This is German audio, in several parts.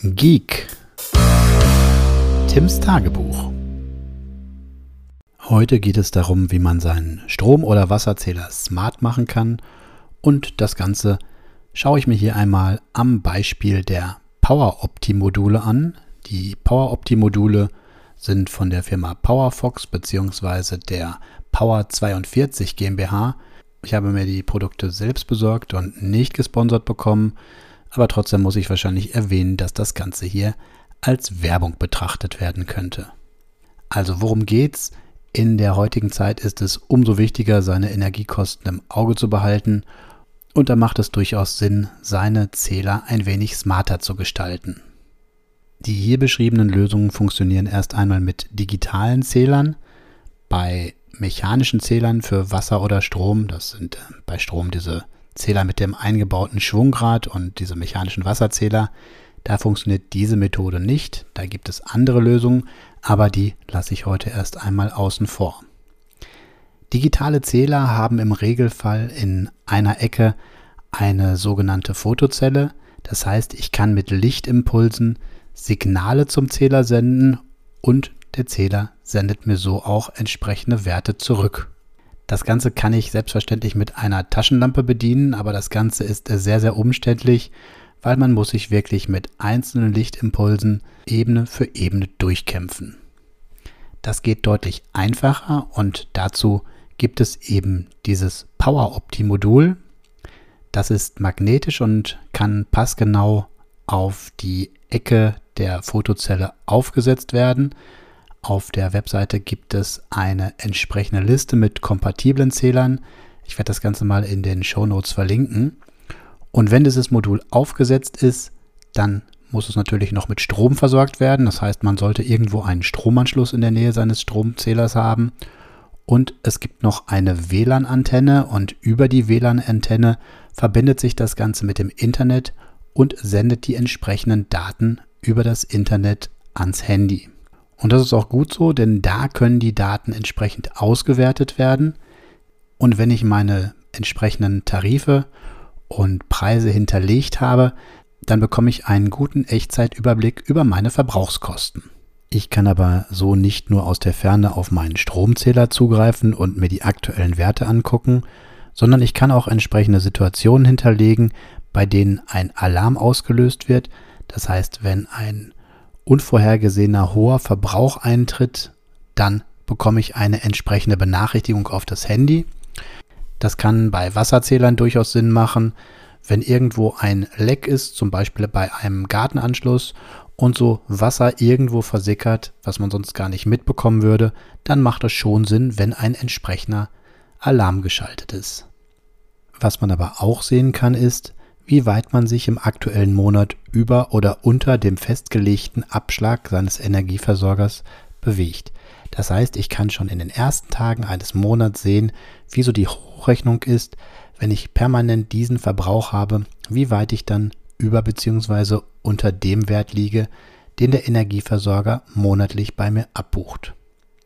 Geek. Tims Tagebuch. Heute geht es darum, wie man seinen Strom- oder Wasserzähler smart machen kann, und das Ganze schaue ich mir hier einmal am Beispiel der PowerOpti-Module an. Die PowerOpti-Module sind von der Firma PowerFox bzw. der Power42 GmbH. Ich habe mir die Produkte selbst besorgt und nicht gesponsert bekommen, aber trotzdem muss ich wahrscheinlich erwähnen, dass das Ganze hier als Werbung betrachtet werden könnte. Also worum geht's? In der heutigen Zeit ist es umso wichtiger, seine Energiekosten im Auge zu behalten, und da macht es durchaus Sinn, seine Zähler ein wenig smarter zu gestalten. Die hier beschriebenen Lösungen funktionieren erst einmal mit digitalen Zählern. Bei mechanischen Zählern für Wasser oder Strom, das sind bei Strom diese Zähler mit dem eingebauten Schwungrad und diese mechanischen Wasserzähler, da funktioniert diese Methode nicht. Da gibt es andere Lösungen, aber die lasse ich heute erst einmal außen vor. Digitale Zähler haben im Regelfall in einer Ecke eine sogenannte Photozelle. Das heißt, ich kann mit Lichtimpulsen Signale zum Zähler senden und der Zähler sendet mir so auch entsprechende Werte zurück. Das Ganze kann ich selbstverständlich mit einer Taschenlampe bedienen, aber das Ganze ist sehr, sehr umständlich, weil man muss sich wirklich mit einzelnen Lichtimpulsen Ebene für Ebene durchkämpfen. Das geht deutlich einfacher, und dazu gibt es eben dieses PowerOpti-Modul. Das ist magnetisch und kann passgenau auf die Ecke der Photozelle aufgesetzt werden. Auf der Webseite gibt es eine entsprechende Liste mit kompatiblen Zählern. Ich werde das Ganze mal in den Shownotes verlinken. Und wenn dieses Modul aufgesetzt ist, dann muss es natürlich noch mit Strom versorgt werden. Das heißt, man sollte irgendwo einen Stromanschluss in der Nähe seines Stromzählers haben. Und es gibt noch eine WLAN-Antenne, und über die WLAN-Antenne verbindet sich das Ganze mit dem Internet und sendet die entsprechenden Daten über das Internet ans Handy. Und das ist auch gut so, denn da können die Daten entsprechend ausgewertet werden. Und wenn ich meine entsprechenden Tarife und Preise hinterlegt habe, dann bekomme ich einen guten Echtzeitüberblick über meine Verbrauchskosten. Ich kann aber so nicht nur aus der Ferne auf meinen Stromzähler zugreifen und mir die aktuellen Werte angucken, sondern ich kann auch entsprechende Situationen hinterlegen, bei denen ein Alarm ausgelöst wird. Das heißt, wenn ein unvorhergesehener hoher Verbrauch eintritt, dann bekomme ich eine entsprechende Benachrichtigung auf das Handy. Das kann bei Wasserzählern durchaus Sinn machen, wenn irgendwo ein Leck ist, zum Beispiel bei einem Gartenanschluss, und so Wasser irgendwo versickert, was man sonst gar nicht mitbekommen würde, dann macht es schon Sinn, wenn ein entsprechender Alarm geschaltet ist. Was man aber auch sehen kann, ist, wie weit man sich im aktuellen Monat über oder unter dem festgelegten Abschlag seines Energieversorgers bewegt. Das heißt, ich kann schon in den ersten Tagen eines Monats sehen, wie so die Hochrechnung ist, wenn ich permanent diesen Verbrauch habe, wie weit ich dann über bzw. unter dem Wert liege, den der Energieversorger monatlich bei mir abbucht.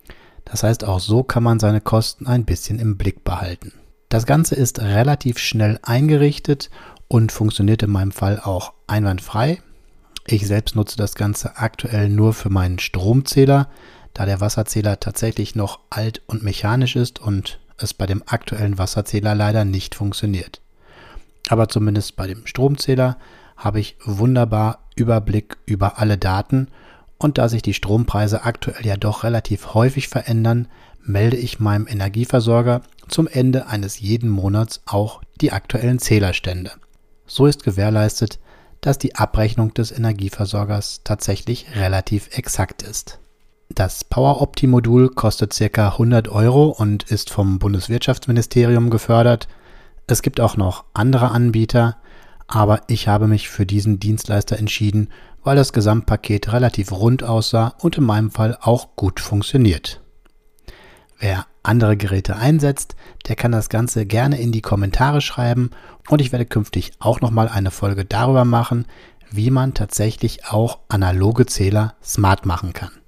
Das heißt, auch so kann man seine Kosten ein bisschen im Blick behalten. Das Ganze ist relativ schnell eingerichtet und funktioniert in meinem Fall auch einwandfrei. Ich selbst nutze das Ganze aktuell nur für meinen Stromzähler, da der Wasserzähler tatsächlich noch alt und mechanisch ist und es bei dem aktuellen Wasserzähler leider nicht funktioniert. Aber zumindest bei dem Stromzähler habe ich wunderbar Überblick über alle Daten, und da sich die Strompreise aktuell ja doch relativ häufig verändern, melde ich meinem Energieversorger zum Ende eines jeden Monats auch die aktuellen Zählerstände. So ist gewährleistet, dass die Abrechnung des Energieversorgers tatsächlich relativ exakt ist. Das PowerOpti-Modul kostet ca. 100 € und ist vom Bundeswirtschaftsministerium gefördert. Es gibt auch noch andere Anbieter, aber ich habe mich für diesen Dienstleister entschieden, weil das Gesamtpaket relativ rund aussah und in meinem Fall auch gut funktioniert. Wer andere Geräte einsetzt, der kann das Ganze gerne in die Kommentare schreiben, und ich werde künftig auch nochmal eine Folge darüber machen, wie man tatsächlich auch analoge Zähler smart machen kann.